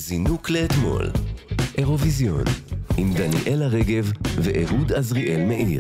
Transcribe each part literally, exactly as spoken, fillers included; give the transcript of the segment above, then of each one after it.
זינוק לאתמול, אירוויזיון, עם דניאלה רגב ואהוד עזריאל מאיר.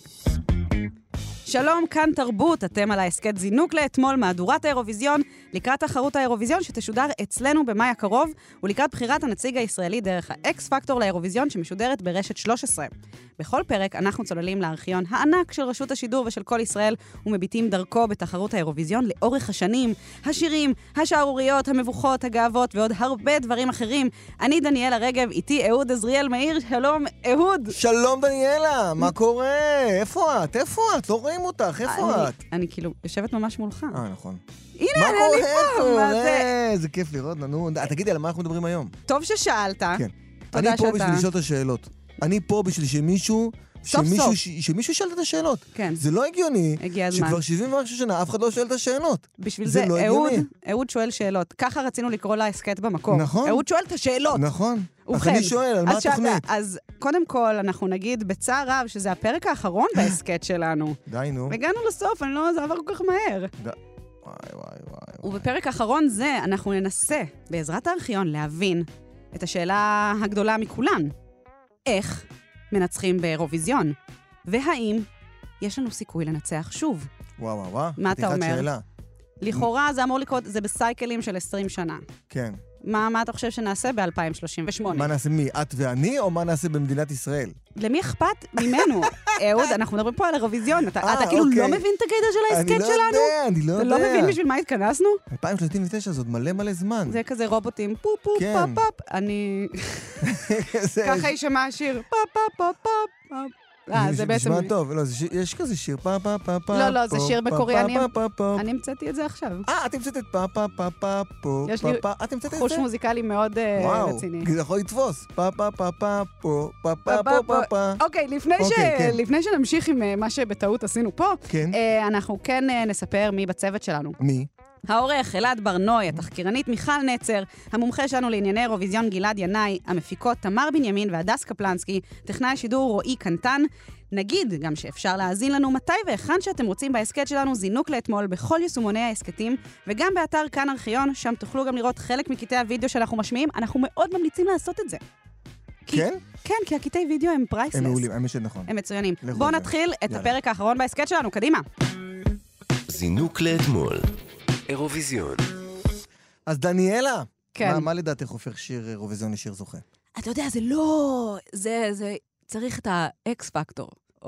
שלום, כאן תרבות, אתם על ההסקט זינוק לאתמול, מהדורת האירוויזיון, לקראת תחרות האירוויזיון שתשודר אצלנו במאי הקרוב, ולקראת בחירת הנציג הישראלי דרך האקס פקטור לאירוויזיון שמשודרת ברשת שלוש עשרה. בכל פרק אנחנו צוללים לארכיון הענק של רשות השידור ושל כל ישראל, ומביטים דרכו בתחרות האירוויזיון לאורך השנים, השירים, השערוריות, המבוכות, הגאוות ועוד הרבה דברים אחרים. אני דניאלה רגב, איתי אהוד עזריאל מאיר. שלום, אהוד. שלום דניאלה, מה קורה? איפה את? איפה את? לא רואים אותך, איפה את? אני כאילו יושבת ממש מולך. אה, נכון. הנה, אני פה, מה זה? איזה כיף לראות, נו, תגידי, על מה אנחנו מדברים היום? טוב ששאלת. כן. אני פה בשביל לשאול את השאלות. אני פה בשביל שמישהו, שמישהו ישאל את השאלות. כן. זה לא הגיוני. הגיע הזמן. שכבר שבעים ומשהו שנה אף אחד לא שואל את השאלות. בשביל זה, אהוד, אהוד שואל שאלות. ככה רצינו לקרוא לה הסקט במקור. נכון. אהוד שואל את השאלות. נכון. אז אני שואל, על מה התוכנית? אז קודם כל, אנחנו נגיד בצער רב שזה הפרק האחרון בהסקט שלנו. די, נו. הגענו לסוף, אני לא, זה עבר כל כך מהר. וואי, וואי, וואי. ובפרק האחרון זה, אנחנו ננסה, בעזרת הארכיון, להבין את השאלה הגדולה מכולן. איך מנצחים באירוויזיון? והאם יש לנו סיכוי לנצח שוב? וואו, וואו, וואו. מה אתה אומר? שאלה. לכאורה זה אמור לקרות, זה בסייקלים של עשרים שנה. כן. מה, מה אתה חושב שנעשה ב-אלפיים שלושים ושמונה? מה נעשה מי? את ואני, או מה נעשה במדינת ישראל? למי אכפת ממנו? אהוד, אנחנו מדברים פה על אירוויזיון. אתה, 아, אתה כאילו אוקיי. לא מבין את הקטע של ההסקט שלנו? אני לא יודע, אני לא יודע. אתה לא מבין בשביל מה התכנסנו? אלפיים שלושים ותשע זאת מלא מלא זמן. זה כזה רובוטים, פופ פופ כן. פופ פופ. אני... ככה יישמע השיר, פופ פופ פופ פופ. אה, זה בעצם... נשמע טוב, לא, זה ש... יש כזה שיר פופ פופ פופ פופ. לא, לא, זה שיר מקורי, אני... פופ. אני המצאתי את זה עכשיו. אה, את המצאת את פופ פופ פופ פופ. יש לי את המצאת את זה? חוש מוזיקלי מאוד רציני. וואו, זה יכול לתפוס. פופ פופ פופ פופ פופ פופ פופ. אוקיי, לפני שנמשיך עם מה שבטעות עשינו פה, אנחנו כן נספר מי בצוות שלנו. מי? העורך אלעד ברנוי, התחקירנית מיכל נצר, המומחה שלנו לענייני אירוויזיון גלעד ינאי, המפיקות תמר בנימין והדס קפלנסקי, טכנאי השידור רועי קנטן. נגיד גם שאפשר להאזין לנו מתי והיכן שאתם רוצים בהסקט שלנו זינוק לאתמול בכל יישומוני ההסקטים, וגם באתר כאן ארכיון, שם תוכלו גם לראות חלק מקטעי הוידאו שאנחנו משמיעים. אנחנו מאוד ממליצים לעשות את זה. כן? כן, כי הקטעי וידאו הם פרייסלס. הם מעולים, האמת שנכון. הם מצוינים. בואו נתחיל את הפרק האחרון בהסקט שלנו, קדימה. זינוק לאתמול, אירוויזיון. אז דניאלה, כן. מה, מה לדעתך הופך שיר אירוויזיון לשיר זוכה? אתה יודע, זה לא... זה, זה... צריך את האקס פקטור.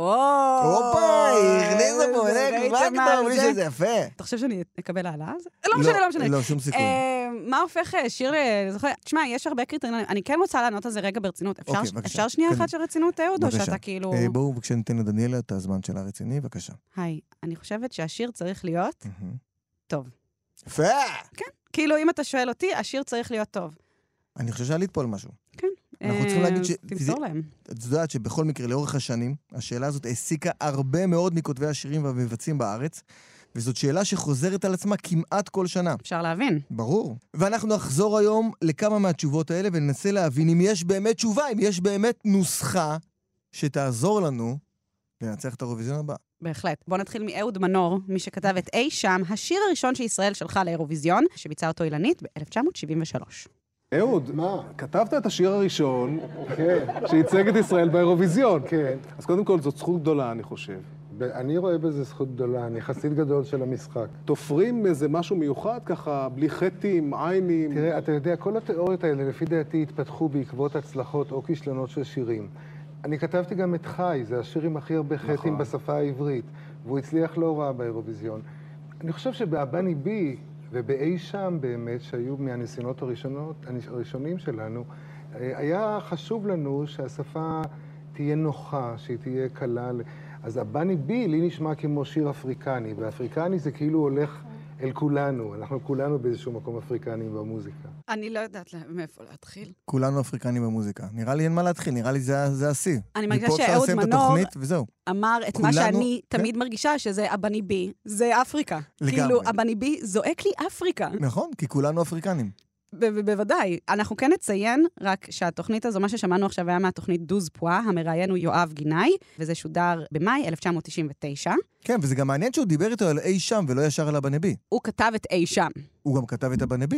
הופה, הכניסה פה, אקס פקטור, בלי שזה יפה. אתה חושב שאני אקבל העלה על זה? לא משנה, לא משנה. לא, שום סיכוי. מה הופך שיר לזוכה? תשמע, יש הרבה קריטריונים. אני כן רוצה לענות על זה רגע ברצינות. אפשר שנייה אחת של רצינות, אהוד, או שאתה כאילו... בואו, בבקשה ניתן לדניאלה את הזמן של הרציני, בבקשה. היי, אני חושבת שהשיר צריך להיות טוב. יפה! כן, כאילו אם אתה שואל אותי, השיר צריך להיות טוב. אני חושב שעלית פה על משהו. כן. אנחנו צריכים להגיד ש... תמסור להם. את יודעת שבכל מקרה, לאורך השנים, השאלה הזאת העסיקה הרבה מאוד מכותבי השירים והמבצעים בארץ, וזאת שאלה שחוזרת על עצמה כמעט כל שנה. אפשר להבין. ברור. ואנחנו נחזור היום לכמה מהתשובות האלה, וננסה להבין אם יש באמת תשובה, אם יש באמת נוסחה שתעזור לנו לנצח את האירוויזיון הבא. בהחלט. בוא נתחיל מאהוד מנור, מי שכתב את אי שם, השיר הראשון שישראל שלחה לאירוויזיון, שביצע אותו אילנית ב-אלף תשע מאות שבעים ושלוש. אהוד, מה? כתבת את השיר הראשון שייצג את ישראל באירוויזיון. כן. אז קודם כל, זאת זכות גדולה, אני חושב. אני רואה בזה זכות גדולה, אני חסיד גדול של המשחק. תופרים איזה משהו מיוחד, ככה, בלי חטים, עיינים. תראה, אתה יודע, כל התיאוריות האלה, לפי דעתי, התפתחו בעקבות הצלחות או כישלונות של שירים. אני כתבתי גם את חי, זה השיר עם הכי הרבה חטים נכון. בשפה העברית, והוא הצליח לא רע באירוויזיון. אני חושב שבאבני בי ובאי שם באמת, שהיו מהניסיונות הראשונות, הראשונים שלנו, היה חשוב לנו שהשפה תהיה נוחה, שהיא תהיה קלה. אז הבני בי לי נשמע כמו שיר אפריקני, ואפריקני זה כאילו הולך אל כולנו. אנחנו כולנו באיזשהו מקום אפריקני במוזיקה. אני לא יודעת מאיפה להתחיל. כולנו אפריקנים במוזיקה. נראה לי אין מה להתחיל, נראה לי זה, זה השיא. אני מרגישה שאהוד מנור אמר את כולנו, מה שאני כן? תמיד מרגישה, שזה הבני בי, זה אפריקה. לגמרי. כאילו, הבני בי זועק לי אפריקה. נכון, כי כולנו אפריקנים. בוודאי. אנחנו כן נציין רק שהתוכנית הזו, מה ששמענו עכשיו היה מהתוכנית דוז פואה, המראיין הוא יואב גינאי, וזה שודר במאי אלף תשע מאות תשעים ותשע. כן, וזה גם מעניין שהוא דיבר איתו על אי שם ולא ישר על הבני בי. הוא כתב את אי שם. הוא גם כתב את הבני בי.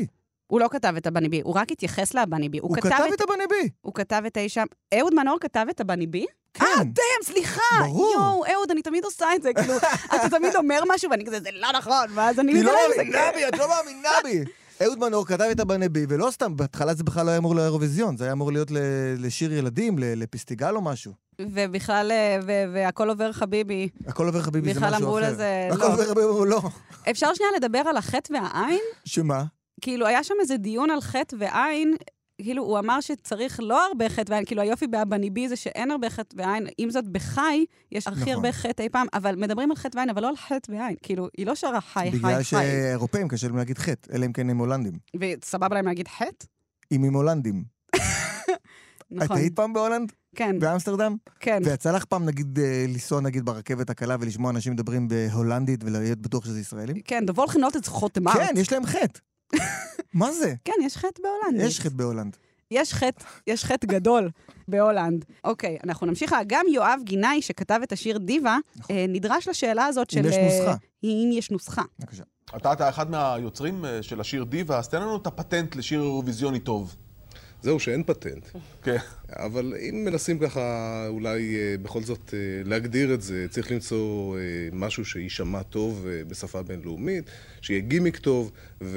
הוא לא כתב את הבני בי, הוא רק התייחס לבני בי. הוא כתב את הבני בי. הוא כתב את אי שם. אהוד מנור כתב את הבני בי? כן. אה, דם, סליחה. ברור. יואו, אהוד, אני תמיד עושה את זה, כאילו, אתה תמיד אומר משהו, ואני כזה, זה לא נכון, ואז אני... היא לא מאמינה בי, את לא מאמינה בי. אהוד מנור כתב את הבני בי, ולא סתם, בהתחלה זה בכלל לא היה אמור לאירוויזיון, זה היה אמור להיות לשיר ילדים, לפסטיגל או משהו. ובכלל, והכל עובר חביבי. הכל עובר חביבי זה משהו אחר. בכלל אמרו לזה, הכל עובר חביבי, לא. אפשר שנייה לדבר על החטא והעין? שמה? כאילו, היה שם איזה דיון על חטא ועין, כאילו, הוא אמר שצריך לא הרבה חטא ועין, כאילו, היופי באבני בי זה שאין הרבה חטא ועין, אם זאת בחי, יש הכי נכון. הרבה חטא אי פעם, אבל מדברים על חטא ועין, אבל לא על חטא ועין. כאילו, היא לא שרה חי, חי, חי. בגלל שאירופאים קשה להם להגיד חטא, אלא אם כן הם הולנדים. וסבבה להם להגיד חטא? אם הם הולנדים. נכון. את היית פעם בהולנד? כן. באמסטרדם? כן. ויצא לך פעם, נגיד, לנסוע, נגיד, ברכבת הקלה ולשמוע אנשים מדברים בהולנדית ולהיות בטוח שזה ישראלים? כן, דבול חנות את חותם ארט. כן, יש להם חטא. מה זה? כן, יש חטא בהולנד. יש חטא בהולנד. יש חטא, יש חטא גדול בהולנד. אוקיי, אנחנו נמשיך. גם יואב גינאי, שכתב את השיר דיבה, נדרש לשאלה הזאת של... אם יש נוסחה. אם יש נוסחה. בבקשה. אתה, אתה אחד מהיוצרים של השיר דיבה, אז תן לנו את הפטנט לשיר אירוויזיוני טוב. זהו, שאין פטנט. כן. אבל אם מנסים ככה אולי בכל זאת להגדיר את זה, צריך למצוא משהו שישמע טוב בשפה בינלאומית, שיהיה גימיק טוב,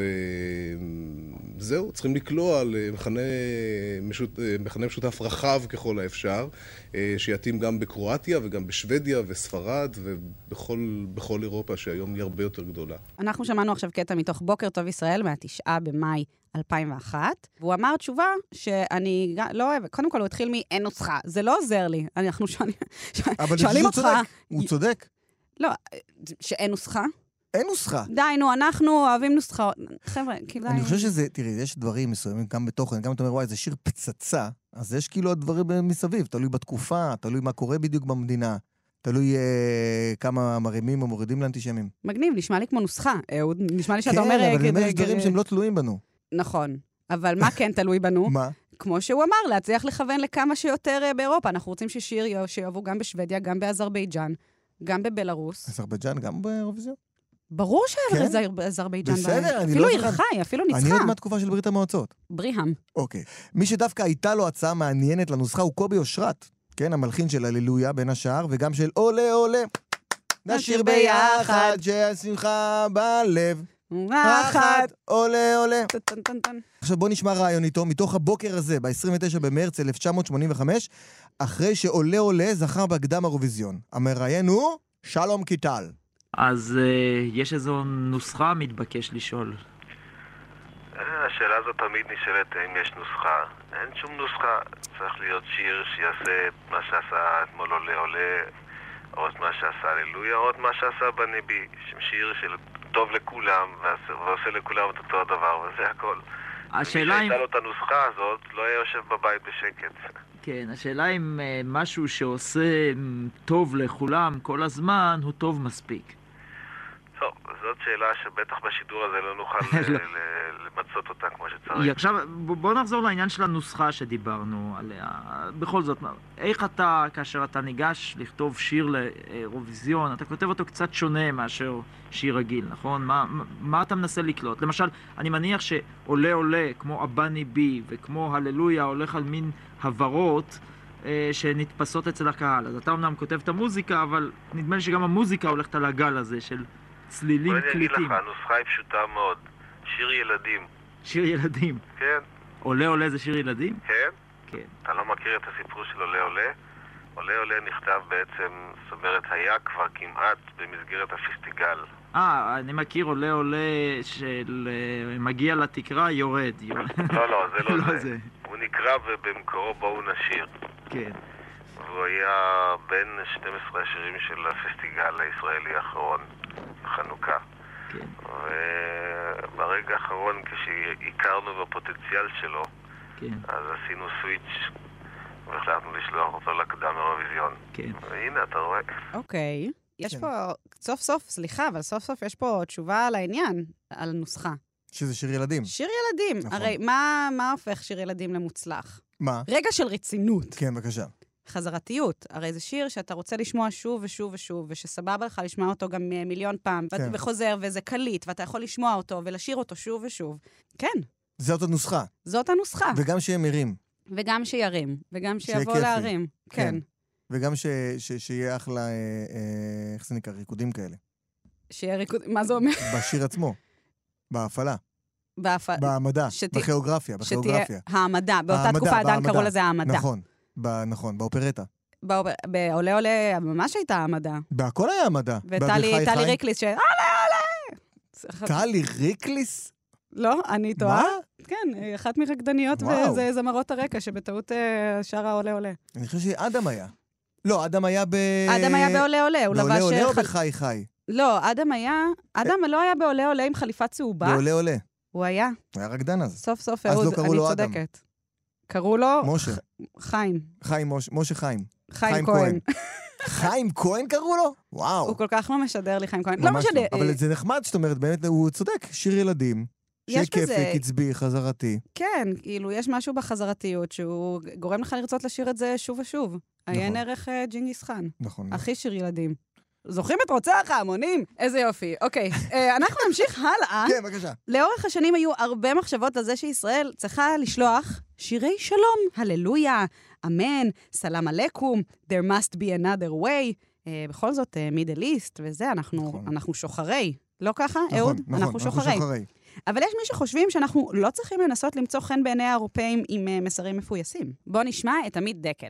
וזהו, צריכים לקלוע על מכנה, משות... מכנה משותף רחב ככל האפשר, שיתאים גם בקרואטיה וגם בשוודיה וספרד ובכל בכל אירופה שהיום היא הרבה יותר גדולה. אנחנו שמענו עכשיו קטע מתוך בוקר טוב ישראל, מהתשעה במאי אלפיים ואחת, והוא אמר תשובה שאני לא אוהבת. קודם כל הוא התחיל מאין נוסחה. זה לא עוזר לי. אנחנו שואלים, שואלים אותך... צודק. הוא צודק. לא, שאין נוסחה. אין נוסחה. די, נו, אנחנו אוהבים נוסחה. חבר'ה, כאילו... אני חושב שזה, תראי, יש דברים מסוימים, גם בתוכן, גם אתה אומר, וואי, זה שיר פצצה, אז יש כאילו הדברים מסביב, תלוי בתקופה, תלוי מה קורה בדיוק במדינה, תלוי אה, כמה מרימים או מורידים לאנטישמים. מגניב, נשמע לי כמו נוסחה, אהוד. נשמע לי שאתה כן, אומר... כן, אבל אני אומר, יש דברים שהם לא תלויים בנו. נכון, אבל מה כן תלוי בנו? מה? כמו שהוא אמר, להצליח לכוון לכמה שיותר באירופה. אנחנו רוצים ששיר שיאהבו גם בשוודיה, גם באזרבייג'אן, גם בבלרוס. אזרבייג'אן גם באירוויזיון? ברור שאזרבייג'אן... בסדר, אני אפילו לא היא חי, אפילו ניצחה. אני עוד מהתקופה של ברית המועצות. בריהם. אוקיי. מי שדווקא הייתה לו הצעה מעניינת לנוסחה הוא קובי אושרת. כן, המלחין של הללויה בין השאר, וגם של עולה עולה. נשיר ביחד שהשמחה בלב. אחת, עולה עולה. עכשיו בוא נשמע רעיון איתו, מתוך הבוקר הזה, ב-עשרים ותשעה במרץ אלף תשע מאות שמונים וחמש, אחרי שעולה עולה זכה בהקדם האירוויזיון. המראיין הוא שלום קיטל. אז uh, יש איזו נוסחה מתבקש לשאול. השאלה הזאת תמיד נשאלת אם יש נוסחה. אין שום נוסחה. צריך להיות שיר שיעשה את מה שעשה אתמול עולה עולה, או את מה שעשה הללויה, או את מה שעשה בני בי. שיר של טוב לכולם, ועושה לכולם את אותו הדבר, וזה הכל. השאלה אם... מי שהייתה לו את הנוסחה הזאת, לא היה יושב בבית בשקט. כן, השאלה אם uh, משהו שעושה טוב לכולם כל הזמן, הוא טוב מספיק. טוב, זאת שאלה שבטח בשידור הזה לא נוכל למצות אותה כמו שצריך. עכשיו, בוא נחזור לעניין של הנוסחה שדיברנו עליה. בכל זאת, איך אתה, כאשר אתה ניגש לכתוב שיר לאירוויזיון, אתה כותב אותו קצת שונה מאשר שיר רגיל, נכון? מה, מה אתה מנסה לקלוט? למשל, אני מניח שעולה עולה, כמו הבני בי וכמו הללויה, הולך על מין הברות אה, שנתפסות אצל הקהל. אז אתה אמנם כותב את המוזיקה, אבל נדמה לי שגם המוזיקה הולכת על הגל הזה של צלילים קליטים. אני אגיד לך, הנוסחה היא פשוטה מאוד. שיר ילדים. שיר ילדים? כן. עולה עולה זה שיר ילדים? כן. כן. אתה לא מכיר את הסיפור של עולה עולה? עולה עולה נכתב בעצם, זאת אומרת, היה כבר כמעט במסגרת הפסטיגל. אה, אני מכיר עולה עולה של מגיע לתקרה, יורד. יורד. לא, לא, זה לא, לא זה. זה. הוא נקרא ובמקורו בואו נשיר. כן. והוא היה בין שנים עשר השירים של הפסטיגל הישראלי האחרון, חנוכה. כן. וברגע האחרון, כשהכרנו בפוטנציאל שלו, כן. אז עשינו סוויץ' והחלטנו לשלוח אותו לקדם אירוויזיון. כן. והנה, אתה רואה. אוקיי. יש פה, סוף סוף, סליחה, אבל סוף סוף יש פה תשובה על העניין, על הנוסחה. שזה שיר ילדים. שיר ילדים. נכון. הרי מה, מה הופך שיר ילדים למוצלח? מה? רגע של רצינות. כן, בבקשה. חזרתיות. הרי זה שיר שאתה רוצה לשמוע שוב ושוב ושוב, ושסבבה לך לשמוע אותו גם מיליון פעם, כן. וחוזר, וזה קליט, ואתה יכול לשמוע אותו ולשיר אותו שוב ושוב. כן. זאת הנוסחה. זאת הנוסחה. וגם שיהיה מרים. וגם שירים, וגם שיבוא להרים. כן. וגם שיהיה אחלה, איך זה נקרא, ריקודים כאלה. שיהיה ריקודים, מה זה אומר? בשיר עצמו, בהפעלה. בהפעלה. במדע, בכיאוגרפיה, בכיאוגרפיה. העמדה, באותה תקופה עדיין קראו לזה העמדה. נכון, נכון, באופרטה. בעולה עולה, ממש הייתה העמדה. בהכל היה העמדה. וטלי ריקליס ש... עולה עולה! טלי ריקליס? לא, אני טועה. מה? כן, אחת מרקדניות וזה זמרות הרקע שבטעות שרה עולה עולה. אני חושב שאדם היה. לא, אדם היה ב... אדם היה בעולה עולה. בעולה עולה או בחי חי? לא, אדם היה... אדם לא היה בעולה עולה עם חליפה צהובה. בעולה עולה. הוא היה. הוא היה רקדן אז. סוף סוף, אהוד, אני צודקת. קראו לו... משה. חיים. חיים, משה חיים. חיים כהן. חיים כהן קראו לו? וואו. הוא כל כך לא משדר לי חיים כהן. לא משדר. אבל זה נחמד שאת אומרת, באמת, הוא צודק. שיר ילדים. שיהיה כיפי, קצבי, חזרתי. כן, כאילו, יש משהו בחזרתיות שהוא גורם לך לרצות לשיר את זה שוב ושוב. עיין ערך ג'ינגיס חאן. נכון. הכי שיר ילדים. זוכרים את רוצח ההמונים? איזה יופי. אוקיי, אנחנו נמשיך הלאה. כן, בבקשה. לאורך השנים היו הרבה מחשבות על זה שישראל צריכה לשלוח שירי שלום. הללויה, אמן, סלאם עליכום, there must be another way. בכל זאת, מידל איסט וזה, אנחנו שוחרי. לא ככה, אהוד? אנחנו שוחרי. אבל יש מי שחושבים שאנחנו לא צריכים לנסות למצוא חן בעיני האירופאים עם מסרים מפויסים. בואו נשמע את עמית דקל.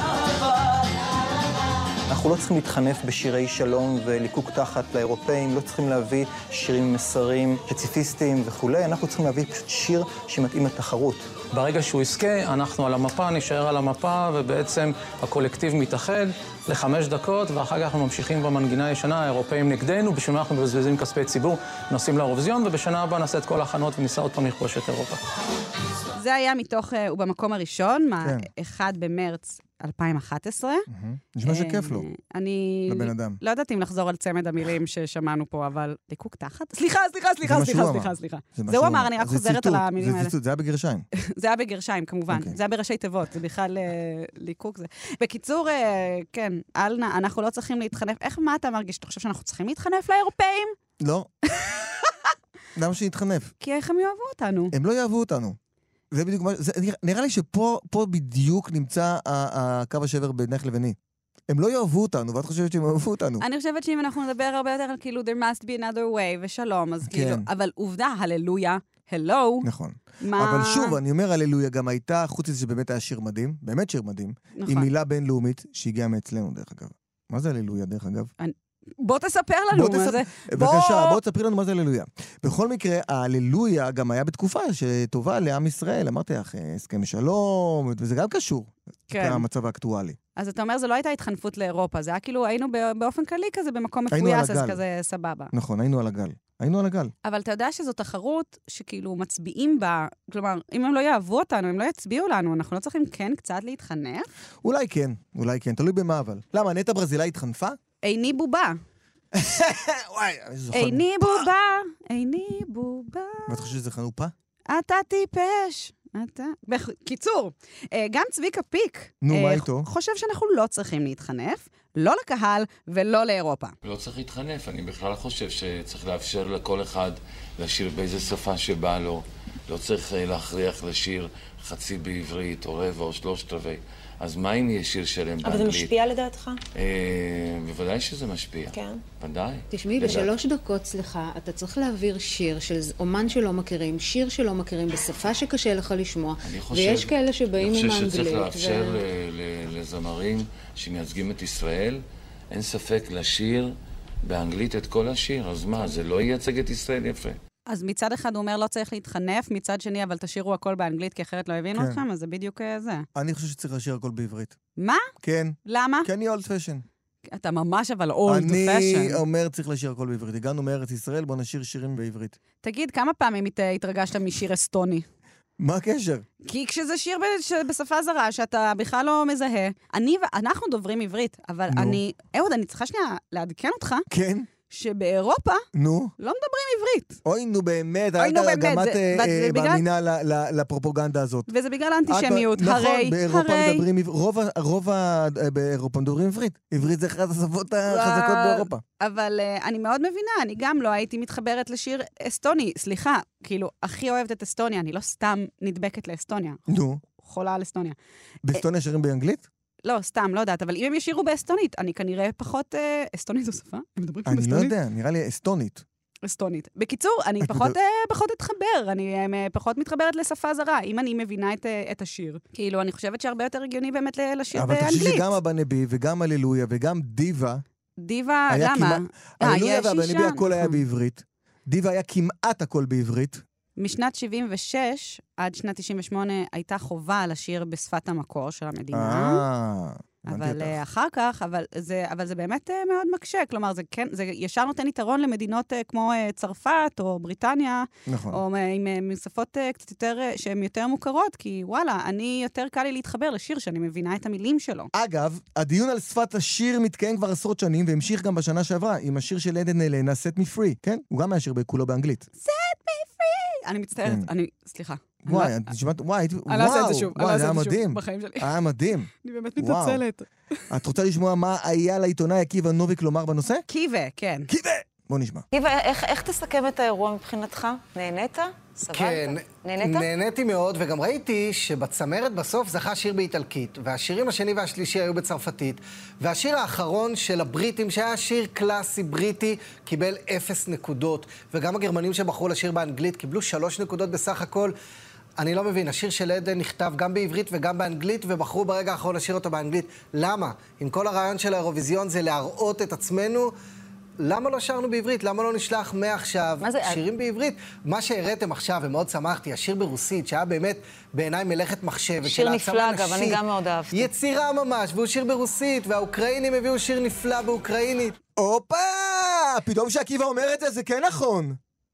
אנחנו לא צריכים להתחנף בשירי שלום וליקוק תחת לאירופאים, לא צריכים להביא שירים עם מסרים פציפיסטיים וכו'. אנחנו צריכים להביא פשוט שיר שמתאים לתחרות. ברגע שהוא יזכה, אנחנו על המפה, נשאר על המפה, ובעצם הקולקטיב מתאחד לחמש דקות, ואחר כך אנחנו ממשיכים במנגינה הישנה, האירופאים נגדנו, בשנה אנחנו מבזבזים כספי ציבור, נוסעים לאירוויזיון, ובשנה הבאה נעשה את כל ההכנות וניסה עוד פעם לכבוש את אירופה. זה היה מתוך, הוא במקום הראשון, מה-אחד במרץ אלפיים ואחת עשרה. נשמע שכיף לו, אני לבן אדם. לא יודעת אם לחזור על צמד המילים ששמענו פה, אבל ליקוק תחת? סליחה, סליחה, סליחה, סליחה, סליחה. זה הוא אמר, אני רק חוזרת על המילים האלה. זה ציטוט, זה היה בגרשיים. זה היה בגרשיים, כמובן. זה היה בראשי תיבות, זה בכלל ליקוק זה. בקיצור, כן, אלנה, אנחנו לא צריכים להתחנף. איך, מה אתה מרגיש? אתה חושב שאנחנו צריכים להתחנף לאירופאים? לא. למה שנתחנף? כי איך הם יאהבו אותנו? הם לא יאהבו אותנו. זה בדיוק, זה, נראה לי שפה פה בדיוק נמצא הקו השבר בינך לביני. הם לא יאהבו אותנו, ואת חושבת שהם יאהבו אותנו. אני חושבת שאם אנחנו נדבר הרבה יותר על כאילו, there must be another way, ושלום, אז כאילו, אבל עובדה, הללויה, hello. נכון. אבל שוב, אני אומר הללויה, גם הייתה, חוץ מזה שבאמת היה שיר מדהים, באמת שיר מדהים, עם מילה בינלאומית שהגיעה מאצלנו, דרך אגב. מה זה הללויה, דרך אגב? בוא תספר לנו מה זה. בבקשה, בוא תספרי לנו מה זה הללויה. בכל מקרה, הללויה גם היה בתקופה שטובה לעם ישראל. אמרתי לך, הסכם שלום, וזה גם קשור. כן. המצב האקטואלי. אז אתה אומר, זה לא הייתה התחנפות לאירופה, זה היה כאילו, היינו באופן כללי כזה, במקום מפויס, אז כזה סבבה. נכון, היינו על הגל. היינו על הגל. אבל אתה יודע שזו תחרות שכאילו מצביעים בה, כלומר, אם הם לא יאהבו אותנו, הם לא יצביעו לנו, אנחנו לא צריכים כן קצת להתחנף? אולי כן, אולי כן, תלוי במה אבל. למה, נטע ברזילאי התחנפה? איני בובה. איני בובה, איני בובה. ואת חושבת שזה חנופה? אתה טיפש. אתה... בקיצור, גם צביקה פיק חושב שאנחנו לא צריכים להתחנף, לא לקהל ולא לאירופה. לא צריך להתחנף, אני בכלל חושב שצריך לאפשר לכל אחד לשיר באיזה שפה שבא לו. לא צריך להכריח לשיר חצי בעברית או רבע או שלושת רבעי. אז מה אם יהיה שיר שלם באנגלית? אבל זה משפיע לדעתך? בוודאי שזה משפיע. כן. ודאי. תשמעי, בשלוש דקות, סליחה, אתה צריך להעביר שיר של אומן שלא מכירים, שיר שלא מכירים, בשפה שקשה לך לשמוע, ויש כאלה שבאים עם האנגלית. אני חושב שצריך לאפשר לזמרים שמייצגים את ישראל, אין ספק לשיר באנגלית את כל השיר, אז מה, זה לא ייצג את ישראל יפה. אז מצד אחד הוא אומר, לא צריך להתחנף, מצד שני, אבל תשירו הכל באנגלית, כי אחרת לא הבינו כן. אתכם, אז זה בדיוק זה. אני חושב שצריך לשיר הכל בעברית. מה? כן. למה? כי אני אולד פשן. אתה ממש אבל אולד פשן. אני אומר, צריך לשיר הכל בעברית. הגענו מארץ ישראל, בוא נשיר שירים בעברית. תגיד, כמה פעמים התרגשת משיר אסטוני? מה הקשר? כי כשזה שיר בשפה זרה, שאתה בכלל לא מזהה, אני ואנחנו דוברים עברית, אבל אני, אהוד, אני צריכה שנייה לעדכן אותך. כן. שבאירופה נו? לא מדברים עברית. אוי, נו באמת, אוי, נו באמת, גם את זה- וזה בגלל- מאמינה ל- ל- לפרופוגנדה הזאת. וזה בגלל האנטישמיות, את- הרי, נכון, באירופה הרי. מדברים, עבר- רוב ה- רוב ה- באירופה מדברים עברית. עברית זה אחת השפות החזקות באירופה. אבל uh, אני מאוד מבינה, אני גם לא הייתי מתחברת לשיר אסטוני. סליחה, כאילו, הכי אוהבת את אסטוניה, אני לא סתם נדבקת לאסטוניה. נו. חולה על אסטוניה. באסטוניה שרים באנגלית? לא, סתם, לא יודעת, אבל אם הם ישירו באסטונית, אני כנראה פחות... אה, אסטונית זו שפה? הם מדברים כאן אני לא באסטונית? יודע, נראה לי אסטונית. אסטונית. בקיצור, אני את פחות, יודע- אה, פחות אתחבר, אני אה, פחות מתחברת לשפה זרה, אם אני מבינה את, אה, את השיר. כאילו, אני חושבת שהרבה יותר הגיוני באמת ל- לשיר אבל באנגלית. תחשבי שגם הבנבי וגם הללויה וגם דיבה, דיבה, היה למה? כמעט- אה, הללויה יש והבנבי אישה, הכל היה נכון. בעברית. דיבה היה כמעט הכל בעברית. משנת שבעים ושש עד שנת תשעים ושמונה הייתה חובה לשיר בשפת המקור של המדינה. אה, הבנתי אבל אותך. uh, אחר כך, אבל זה, אבל זה באמת uh, מאוד מקשה. כלומר, זה כן, זה ישר נותן יתרון למדינות uh, כמו uh, צרפת או בריטניה, נכון. או uh, עם uh, שפות uh, קצת יותר, uh, שהן יותר מוכרות, כי וואלה, אני יותר קל לי להתחבר לשיר שאני מבינה את המילים שלו. אגב, הדיון על שפת השיר מתקיים כבר עשרות שנים, והמשיך גם בשנה שעברה, עם השיר של עדן אלנה, Set Me Free, כן? הוא גם היה שיר בכולו באנגלית. Set me free! אני מצטערת, כן. אני, סליחה. וואי, אני את נשמעת, וואי, הייתי- אני לא אעשה את זה וואו, שוב, אני לא וואי, זה אעשה היה את זה שוב מדהים. בחיים שלי. היה מדהים. אני באמת וואו. מתנצלת. את רוצה לשמוע מה היה לעיתונאי עקיבא נוביק לומר בנושא? קיבה, כן. קיבה! בוא נשמע. קיבה, איך, איך תסכם את האירוע מבחינתך? נהנית? סבלת? כן, נהנית? נהניתי מאוד, וגם ראיתי שבצמרת בסוף זכה שיר באיטלקית, והשירים השני והשלישי היו בצרפתית, והשיר האחרון של הבריטים, שהיה שיר קלאסי בריטי, קיבל אפס נקודות, וגם הגרמנים שבחרו לשיר באנגלית קיבלו שלוש נקודות בסך הכל. אני לא מבין, השיר של עדן נכתב גם בעברית וגם באנגלית, ובחרו ברגע האחרון לשיר אותו באנגלית. למה? אם כל הרעיון של האירוויזיון זה להראות את עצמנו, למה לא שרנו בעברית? למה לא נשלח מעכשיו שירים בעברית? מה שהראיתם עכשיו, ומאוד שמחתי, השיר ברוסית, שהיה באמת בעיניי מלאכת מחשבת. שיר נפלא, אגב, אני גם מאוד אהבתי. יצירה ממש, והוא שיר ברוסית, והאוקראינים הביאו שיר נפלא באוקראינית. הופה! פתאום שעקיבא אומר את זה, זה כן נכון.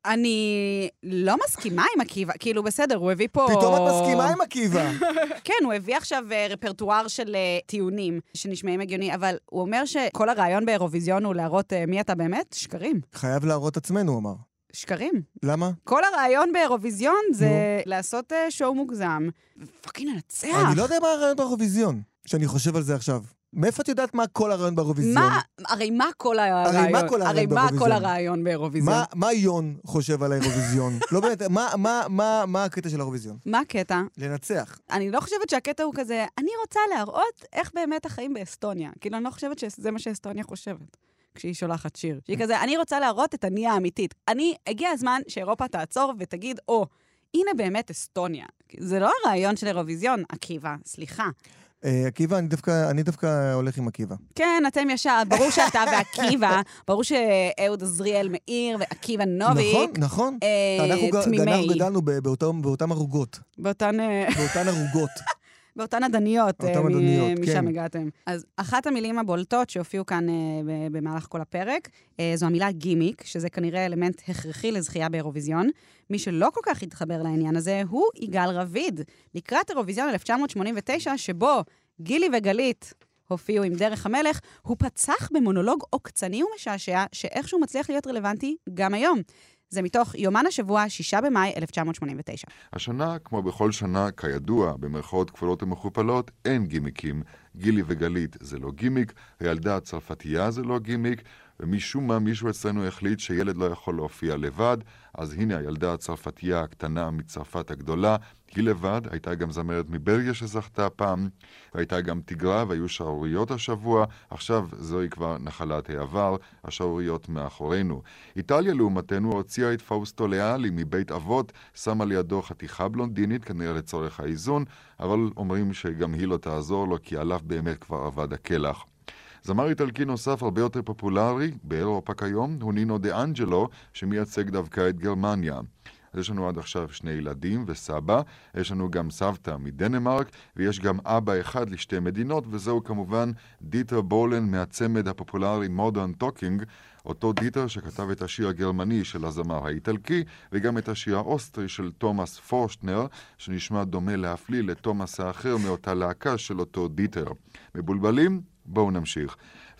אני לא מסכימה עם עקיבא, כאילו בסדר, הוא הביא פה... פתאום את מסכימה עם עקיבא. כן, הוא הביא עכשיו אה, רפרטואר של אה, טיעונים שנשמעים הגיוני, אבל הוא אומר שכל הרעיון באירוויזיון הוא להראות אה, מי אתה באמת? שקרים. חייב להראות עצמנו, הוא אמר. שקרים. למה? כל הרעיון באירוויזיון זה לעשות אה, שואו מוגזם. ופאקינג לנצח. אני לא יודע מה הרעיון באירוויזיון, שאני חושב על זה עכשיו. מאיפה את יודעת מה כל הרעיון באירוויזיון? מה, הרי מה כל הרעיון? הרי מה כל הרעיון הרי מה באירוויזיון? כל הרעיון באירוויזיון? מה- מה יון חושב על האירוויזיון? לא באמת, מה- מה- מה- מה הקטע של האירוויזיון? מה הקטע? לנצח. אני לא חושבת שהקטע הוא כזה, אני רוצה להראות איך באמת החיים באסטוניה. כאילו, אני לא חושבת שזה מה שאסטוניה חושבת. כשהיא שולחת שיר. שהיא כזה, אני רוצה להראות את אני האמיתית. אני, הגיע הזמן שאירופה תעצור ותגיד, או, הנה באמת אסטוניה. זה לא הרעיון של אירוויזיון, עקיבא, סליחה. אה, עקיבא, אני דווקא- אני דווקא הולך עם עקיבא. כן, אתם ישר, ברור שאתה ועקיבא, ברור שאהוד עזריאל מאיר ועקיבא נוביק. נכון, נכון. אה, אנחנו ג- תמימי. אנחנו גדלנו ב- באותם- באותן ערוגות. באותן... אה, באותן ערוגות. באותן עדניות, אותן אה, מ- עדניות, משם כן. הגעתם. אז אחת המילים הבולטות שהופיעו כאן אה, ב- במהלך כל הפרק, אה, זו המילה גימיק, שזה כנראה אלמנט הכרחי לזכייה באירוויזיון. מי שלא כל כך התחבר לעניין הזה הוא יגאל רביד. לקראת אירוויזיון אלף תשע מאות שמונים ותשע, שבו גילי וגלית הופיעו עם דרך המלך, הוא פצח במונולוג עוקצני ומשעשע, שאיכשהו מצליח להיות רלוונטי גם היום. זה מתוך יומן השבוע, שישה במאי אלף תשע מאות שמונים ותשע. השנה, כמו בכל שנה, כידוע, במרכאות כפולות ומכופלות, אין גימיקים. גילי וגלית זה לא גימיק, הילדה הצרפתייה זה לא גימיק, ומשום מה מישהו אצלנו החליט שילד לא יכול להופיע לבד, אז הנה הילדה הצרפתייה הקטנה מצרפת הגדולה, היא לבד, הייתה גם זמרת מבלגיה שזכתה פעם, והייתה גם תיגרה והיו שערוריות השבוע, עכשיו זוהי כבר נחלת העבר, השערוריות מאחורינו. איטליה לעומתנו הוציאה את פאוסטו לאלי מבית אבות, שמה לידו חתיכה בלונדינית, כנראה לצורך האיזון, אבל אומרים שגם היא לא תעזור לו, כי עליו באמת כבר עבד הכלח. זמר איטלקי נוסף הרבה יותר פופולרי באירופה כיום הוא נינו דה אנג'לו, שמייצג דווקא את גרמניה. אז יש לנו עד עכשיו שני ילדים וסבא, יש לנו גם סבתא מדנמרק, ויש גם אבא אחד לשתי מדינות, וזהו כמובן דיטר בולן מהצמד הפופולרי מודרן טוקינג, אותו דיטר שכתב את השיר הגרמני של הזמר האיטלקי, וגם את השיר האוסטרי של תומאס פורשטנר, שנשמע דומה להפליל לתומאס האחר מאותה להקה של אותו דיטר. מבולבלים? בואו נמשיך.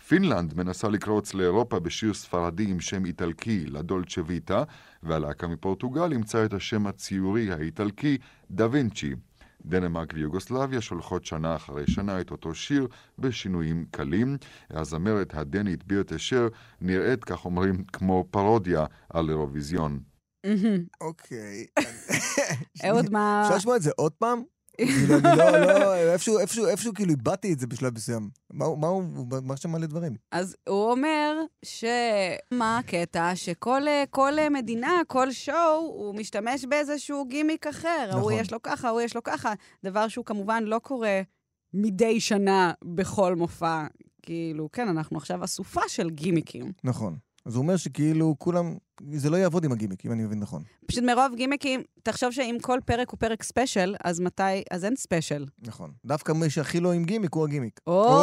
פינלנד מנסה לקרוץ לאירופה בשיר ספרדי עם שם איטלקי, לדולצ'ה ויטה, והלהקה מפורטוגל ימצא את השם הציורי האיטלקי, דה וינצ'י. דנמרק ויוגוסלביה שולחות שנה אחרי שנה את אותו שיר בשינויים קלים. הזמרת הדנית בירטה שר נראית, כך אומרים, כמו פרודיה על אירוויזיון. אוקיי. אהוד, מה... אפשר לשמוע את זה עוד פעם? כאילו, אני לא, לא, איפשהו, איפשהו, איפשהו כאילו איבדתי את זה בשלב מסוים. מה הוא, מה הוא, מה שם מלא דברים? אז הוא אומר שמה הקטע? שכל כל מדינה, כל שואו, הוא משתמש באיזשהו גימיק אחר. נכון. הוא יש לו ככה, הוא יש לו ככה. דבר שהוא כמובן לא קורה מדי שנה בכל מופע. כאילו, כן, אנחנו עכשיו אסופה של גימיקים. נכון. אז הוא אומר שכאילו כולם, זה לא יעבוד עם הגימיק, אם אני מבין נכון. פשוט מרוב גימיקים, תחשוב שאם כל פרק הוא פרק ספיישל, אז מתי, אז אין ספיישל. נכון. דווקא מי שהכי לא עם גימיק הוא הגימיק.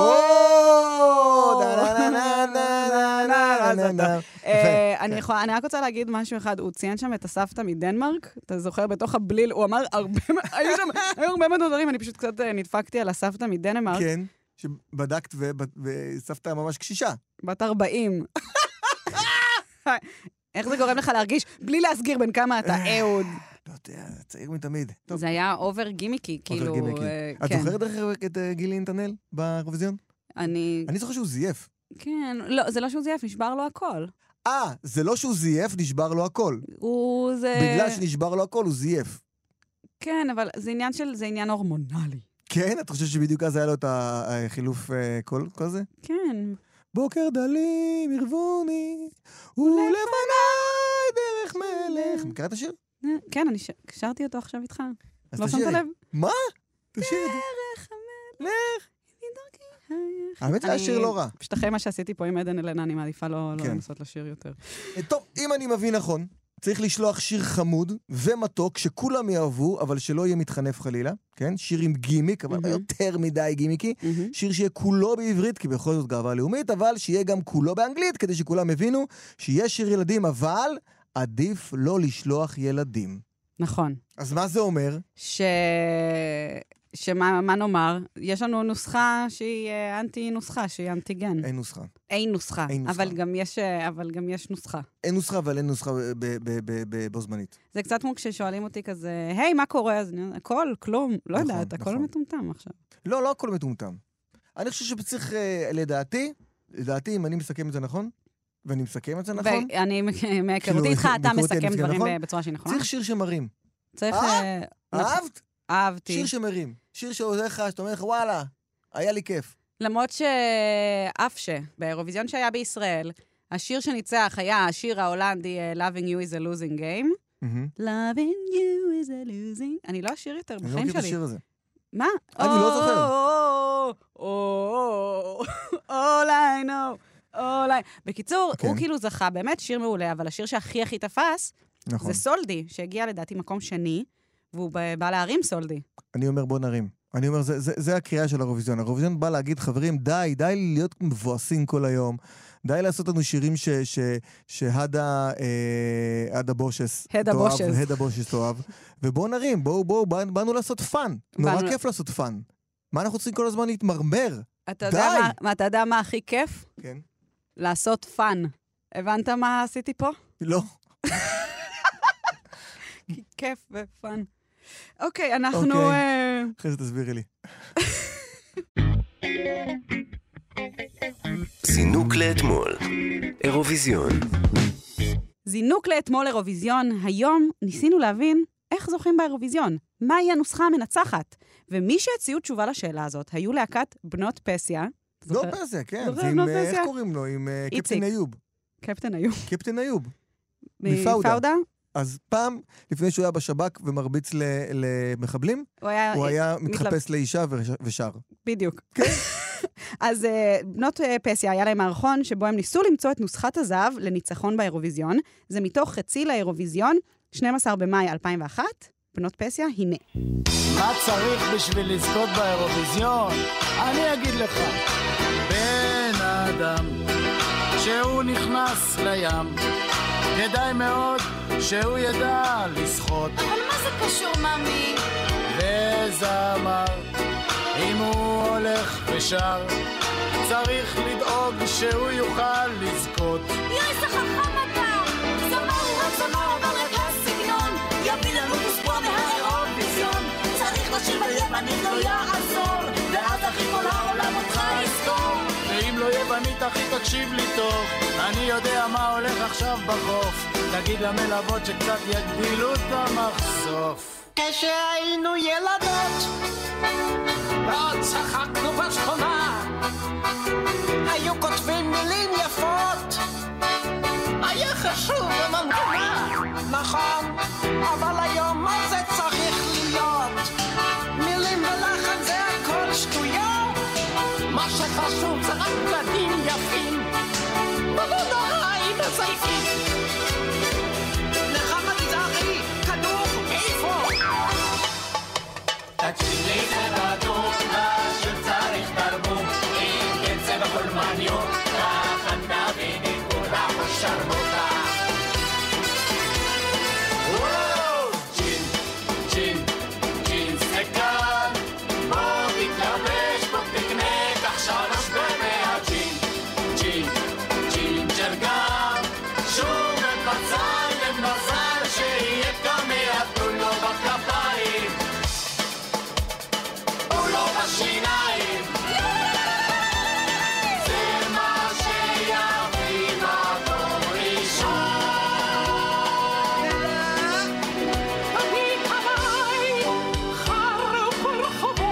אני רק רוצה להגיד משהו אחד, הוא ציין שם את הסבתא מדנמרק, אתה זוכר בתוך הבליל, הוא אמר הרבה, היו שם, היו הרבה מאוד דברים, אני פשוט קצת נדפקתי על הסבתא מדנמרק. כן, שבדקת וסבתא ממש קשישה. בת ארבעים. איך זה גורם לך להרגיש בלי להסגיר בין כמה אתה אהוד? לא יודע, צעיר מתמיד. זה היה אובר גימיקי, כאילו... אובר גימיקי. את זוכרת דרך את גילי נתנאל באירוויזיון? אני... אני זוכר שהוא זייף. כן, לא, זה לא שהוא זייף, נשבר לו הכל. אה, זה לא שהוא זייף, נשבר לו הכל. הוא זה... בגלל שנשבר לו הכל, הוא זייף. כן, אבל זה עניין של... זה עניין הורמונלי. כן? את חושבת שבדיוק אז היה לו את החילוף קול כזה? כן. בוקר דלים, ערבוני, ולפניי דרך מלך. מכירה את השיר? כן, אני שרתי אותו עכשיו איתך. לא שמת לב? מה? תשאיר את זה. דרך המלך, דרכי. האמת שהשיר לא רע. פשוט אחרי מה שעשיתי פה עם עדן אלנה, אני מעדיפה לא לנסות לשיר יותר. טוב, אם אני מבין נכון, צריך לשלוח שיר חמוד ומתוק שכולם יאהבו, אבל שלא יהיה מתחנף חלילה, כן? שיר עם גימיק, אבל יותר מדי גימיקי. שיר שיהיה כולו בעברית, כי בכל זאת גאווה לאומית, אבל שיהיה גם כולו באנגלית, כדי שכולם הבינו שיש שיר ילדים, אבל עדיף לא לשלוח ילדים. נכון. אז מה זה אומר? ש... שמה מה נאמר? יש לנו נוסחה שהיא אנטי נוסחה, שהיא אנטיגן. אין נוסחה. אין נוסחה. אין נוסחה. אבל גם יש, אבל גם יש נוסחה. אין נוסחה, אבל אין נוסחה בו זמנית. זה קצת כמו כששואלים אותי כזה, היי, מה קורה? אז הכל, כלום, לא נכון, יודעת, הכל נכון. מטומטם עכשיו. לא, לא הכל מטומטם. אני חושב שצריך, לדעתי, לדעתי, אם אני מסכם את זה נכון, ואני מסכם את זה נכון. ואני, מהיכרותי איתך, אתה מסכם דברים בצורה שהיא נכונה. צריך שיר שמרים. צריך... אהבת? אהבתי. שיר שמרים. שיר שעוזר לך, שאתה אומר לך, וואלה, היה לי כיף. למרות שאף ש, באירוויזיון שהיה בישראל, השיר שניצח היה השיר ההולנדי, Loving You is a losing game. Loving You is a losing... אני לא אשיר יותר בחיים שלי. אני לא מכיר את השיר הזה. מה? אני לא זוכר. All I know. בקיצור, הוא כאילו זכה, באמת שיר מעולה, אבל השיר שהכי הכי תפס, זה סולדי, שהגיע לדעתי מקום שני, והוא בא להרים סולדי. אני אומר בוא נרים. אני אומר, זה, זה, זה הקריאה של האירוויזיון. האירוויזיון בא להגיד, חברים, די, די להיות מבואסים כל היום. די לעשות לנו שירים ש, ש, שהדה, אה, הדה בושס. הדה בושס. הדה בושס תאהב. ובואו נרים, בואו, בואו, באנו לעשות פן. נורא באנו... כיף לעשות פן. מה אנחנו צריכים כל הזמן להתמרמר? אתה די. יודע מה, מה, אתה יודע מה הכי כיף? כן. לעשות פן. הבנת מה עשיתי פה? לא. כיף ופן. אוקיי, אנחנו... אחרי זה תסבירי לי. זינוק לאתמול, אירוויזיון. זינוק לאתמול אירוויזיון. היום ניסינו להבין איך זוכים באירוויזיון. מהי הנוסחה המנצחת? ומי שהציעו תשובה לשאלה הזאת היו להקת בנות פסיה. בנות פסיה, כן. זה עם, איך קוראים לו? עם קפטן איוב. קפטן איוב. קפטן איוב. מפאודה? אז פעם, לפני שהוא היה בשב"כ ומרביץ למחבלים, הוא היה, הוא היה מתחפש לאישה ושר. בדיוק. אז בנות פסיה היה להם מערכון שבו הם ניסו למצוא את נוסחת הזהב לניצחון באירוויזיון. זה מתוך חצי לאירוויזיון, שנים עשר במאי אלפיים ואחת. בנות פסיה, הנה. מה צריך בשביל לזכות באירוויזיון? אני אגיד לך. בן אדם שהוא נכנס לים, כדאי מאוד שהוא ידע לשחות. אבל מה זה קשור, ממי? וזמר, אם הוא הולך ושר, צריך לדאוג שהוא יוכל לזכות. איזה חכם אתה! זמר הוא רק זמר, אבל רק הסגנון יביא לנו תספור מהאירוויזיון. צריך לשיר ביוונית לא יעזור, ואז אחי כל העולם אותך יזכור. ואם לא יוונית אחי תקשיב לי טוב, אני יודע מה הולך עכשיו בחוף. תגיד למלוות שקצת יגדילו את המחשוף. כשהיינו ילדות ועוד צחקנו בשכונה, היו כותבים מילים יפות, היה חשוב המנגנה, נכון, אבל היום מה זה צריך להיות? מילים ולחן זה הכל שטויות, מה שחשוב זה רק בלדים יפים, ולא נורא אם מזייפים. נחמה תזרחי, כדור, איפה? תקשיב לי כדור, שצריך תרבות, אם תצא בכל מניוק, תחנה וניקולה ושרמותה. וואו! ג'ין, ג'ין, ג'ין זה כאן, בוא תתלבש, בוא תקנה, קח שלוש במאה ג'ין, ג'ין, ג'ינג'ר גם, שום מבצל למזל, שיהיה כמה כולו בכפיים, ולא בשיניים. זה מה שיביא מקום ראשון. אני עליי חרב ברחובות,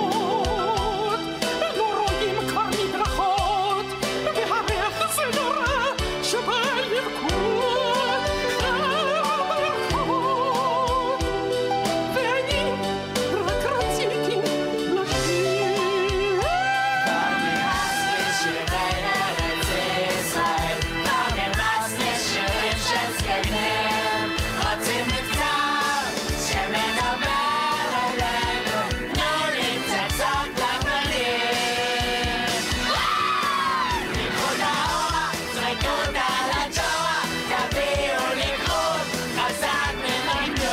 לא רואים כבר מדרכות, והריח זה נורא שבא לבכות ברחובות. ואני רק רציתי לשיר, ואני רץ לשירי ארץ ישראל, ואני רץ לשירים של זקנים, רצים מקצת שמדבר אלינו, תנו לי פצצות לפנים. תיקחו לאורה, זרקו אותה לג'ורה, תביאו לי קרות חזק ממנו.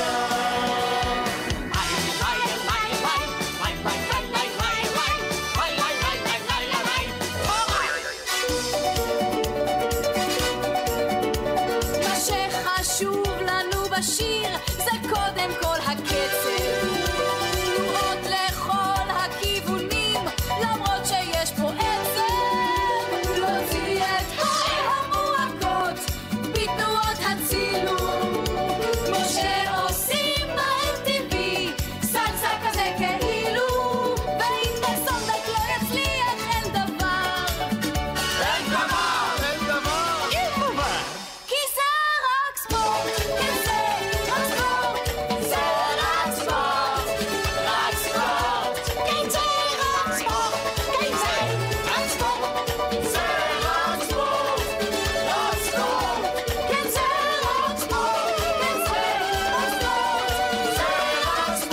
מה שחשוב לנו בשיר זה קודם כל הקצב, תנועות לכל הכיוונים למרות שיש פה עצב, להוציא את המועקות בתנועות הצילום כמו שעושים ב-אם טי וי, סלסה כזה כאילו, ואם בסונדק לא יצליח אין דבר, אין דבר, אין דבר, אין דבר, כי זה רק ספורט, כי זה רק ספורט, זה רק ספורט, רק ספורט, כי זה רק ספורט, כי זה רק ספורט, זה רק ספורט, רק ספורט, כי זה רק ספורט, כי זה רק ספורט, זה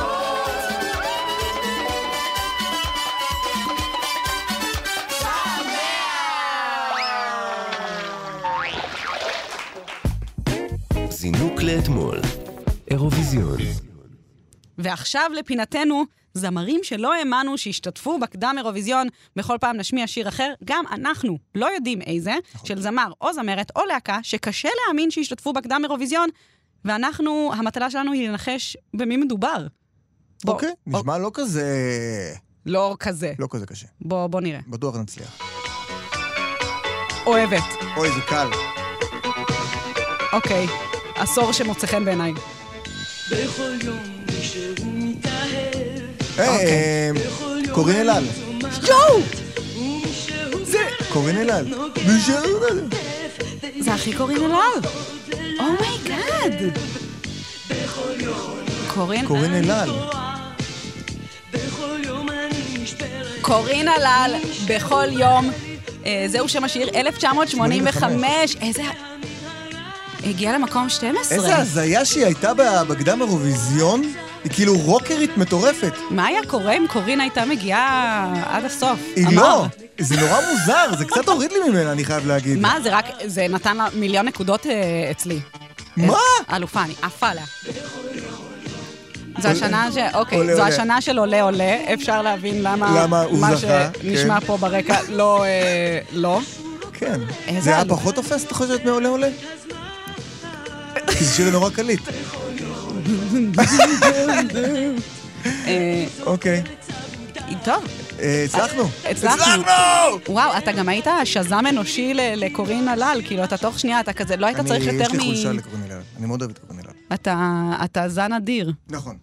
רק ספורט. זינוק לאתמול, אירוויזיון. ועכשיו לפינתנו, זמרים שלא האמנו שהשתתפו בקדם אירוויזיון, בכל פעם נשמיע שיר אחר, גם אנחנו לא יודעים איזה, של זמר או זמרת או להקה, שקשה להאמין שהשתתפו בקדם אירוויזיון, ואנחנו, המטלה שלנו היא לנחש במי מדובר. בוא, אוקיי, נשמע לא כזה... לא כזה. לא כזה קשה. בוא, בוא נראה. בטוח נצליח. אוהבת. אוי, זה קל. אוקיי, עשור שמוצא חן בעיניי. בכל יום שהוא מתאהב, היי, קורין אלעל. יואו! זה... קורין אלעל. זה הכי קורין אלעל. אומייגאד. קורין... קורין אלעל. קורין אלעל, בכל יום. זהו שם השיר, אלף תשע מאות שמונים וחמש. איזה... הגיעה למקום שתים עשרה. איזה הזיה שהיא הייתה בקדם אירוויזיון. היא כאילו רוקרית מטורפת. מה היה קורה אם קורין הייתה מגיעה עד הסוף? היא לא. זה נורא מוזר, זה קצת הוריד לי ממנה, אני חייב להגיד. מה, זה רק, זה נתן לה מיליון נקודות אצלי. מה? אלופה, אני עפה לה. זו השנה ש... אוקיי, זו השנה של עולה עולה, אפשר להבין למה מה שנשמע פה ברקע לא... לא. כן. זה היה פחות תופס, אתה חושבת, מעולה עולה? כי זה שיר נורא קליט. אוקיי. טוב. הצלחנו. הצלחנו! וואו, אתה גם היית שזם אנושי לקורין הלל, כאילו, אתה תוך שנייה, אתה כזה, לא היית צריך יותר מ... יש לי חולשה לקורין הלל, אני מאוד אוהב את קורין הלל. אתה זן אדיר. נכון.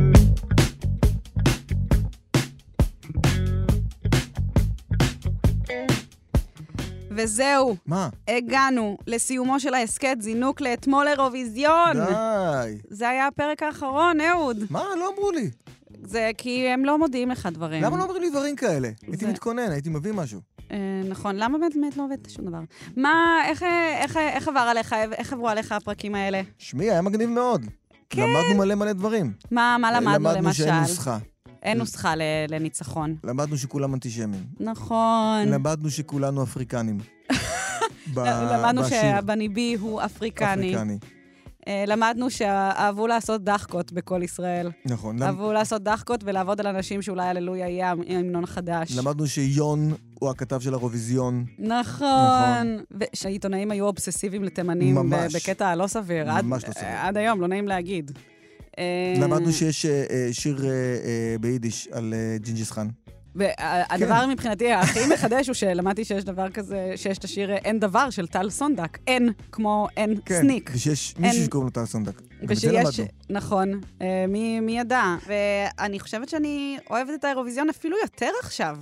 וזהו. מה? הגענו לסיומו של ההסקט זינוק לאתמול אירוויזיון. די. זה היה הפרק האחרון, אהוד. מה? לא אמרו לי. זה כי הם לא מודיעים לך דברים. למה לא אומרים לי דברים כאלה? הייתי מתכונן, הייתי מביא משהו. נכון, למה באמת לא עובד שום דבר? מה, איך עבר עליך, איך עברו עליך הפרקים האלה? שמי, היה מגניב מאוד. כן. למדנו מלא מלא דברים. מה למדנו למשל? למדנו שאין נוסחה. אין נוסחה לניצחון. למדנו שכולם אנטישמים. נכון. למדנו שכולנו אפריקנים. למדנו שבני בי הוא אפריקני. אפריקני. למדנו שאהבו לעשות דחקות בכל ישראל. נכון. אהבו לעשות דחקות ולעבוד על אנשים שאולי הללויה יהיה המנון החדש. למדנו שיון הוא הכתב של האירוויזיון. נכון. ושהעיתונאים היו אובססיביים לתימנים בקטע לא סביר. ממש לא סביר. עד היום, לא נעים להגיד. למדנו שיש שיר ביידיש על ג'ינג'יס חאן. והדבר מבחינתי הכי מחדש הוא שלמדתי שיש דבר כזה, שיש את השיר אין דבר של טל סונדק. אין כמו אין סניק. כן, ושיש מישהו שקוראים לו טל סונדק. ושיש, נכון, מי ידע. ואני חושבת שאני אוהבת את האירוויזיון אפילו יותר עכשיו.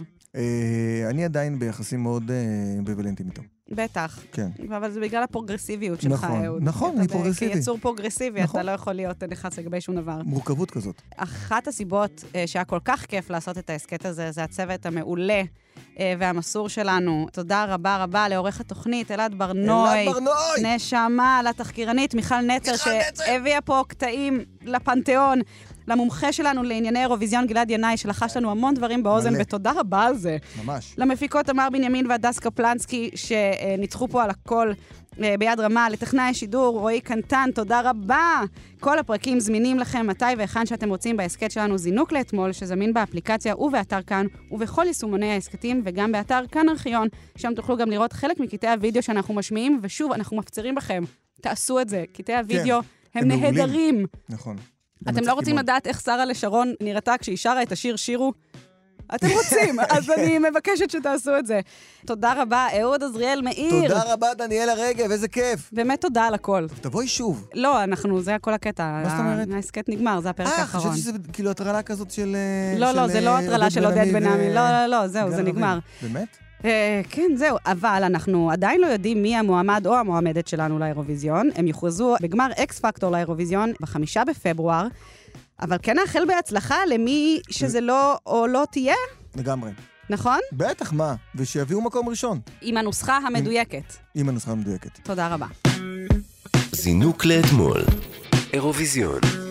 אני עדיין ביחסים מאוד אמביוולנטיים איתו. בטח. כן. אבל זה בגלל הפרוגרסיביות שלך, אהוד. נכון, אני פרוגרסיבי. כיצור פרוגרסיבי, אתה לא יכול להיות נחץ לגבי שום דבר. מורכבות כזאת. אחת הסיבות שהיה כל כך כיף לעשות את ההסקט הזה, זה הצוות המעולה והמסור שלנו. תודה רבה רבה לעורך התוכנית, אלעד ברנוי. אלעד ברנוי! נשמה, לתחקירנית מיכל נצר, שהביאה פה קטעים לפנתיאון. למומחה שלנו לענייני אירוויזיון גלעד ינאי, שלחש לנו המון דברים באוזן, מלא. ותודה רבה על זה. ממש. למפיקות תמר בנימין והדס קפלנסקי, שניצחו פה על הכל ביד רמה, לטכנאי השידור, רועי קנטן, תודה רבה. כל הפרקים זמינים לכם מתי והיכן שאתם רוצים בהסקט שלנו זינוק לאתמול, שזמין באפליקציה ובאתר כאן, ובכל יישומוני ההסקטים, וגם באתר כאן ארכיון, שם תוכלו גם לראות חלק מקטעי הוידאו שאנחנו משמיעים, ושוב, אנחנו מפצירים בכם, תעשו את זה. קטעי הוידאו כן, הם נהדרים. נכון. אתם לא רוצים לדעת איך שרה לשרון נראתה כשהיא שרה את השיר שירו? אתם רוצים, אז אני מבקשת שתעשו את זה. תודה רבה, אהוד עזריאל מאיר. תודה רבה, דניאלה רגב, איזה כיף. באמת תודה על הכל. תבואי שוב. לא, אנחנו, זה הכל הקטע. מה זאת אומרת? ההסקט נגמר, זה הפרק האחרון. אה, חשבתי שזה כאילו הטרלה כזאת של... לא, לא, זה לא הטרלה של עודד בן עמי. לא, לא, לא, זהו, זה נגמר. באמת? כן, זהו, אבל אנחנו עדיין לא יודעים מי המועמד או המועמדת שלנו לאירוויזיון. הם יוכרזו בגמר אקס פקטור לאירוויזיון בחמישה בפברואר. אבל כן נאחל בהצלחה למי שזה לא או לא תהיה. לגמרי. נכון? בטח, מה? ושיביאו מקום ראשון. עם הנוסחה המדויקת. עם, עם הנוסחה המדויקת. תודה רבה. זינוק לאתמול. אירוויזיון.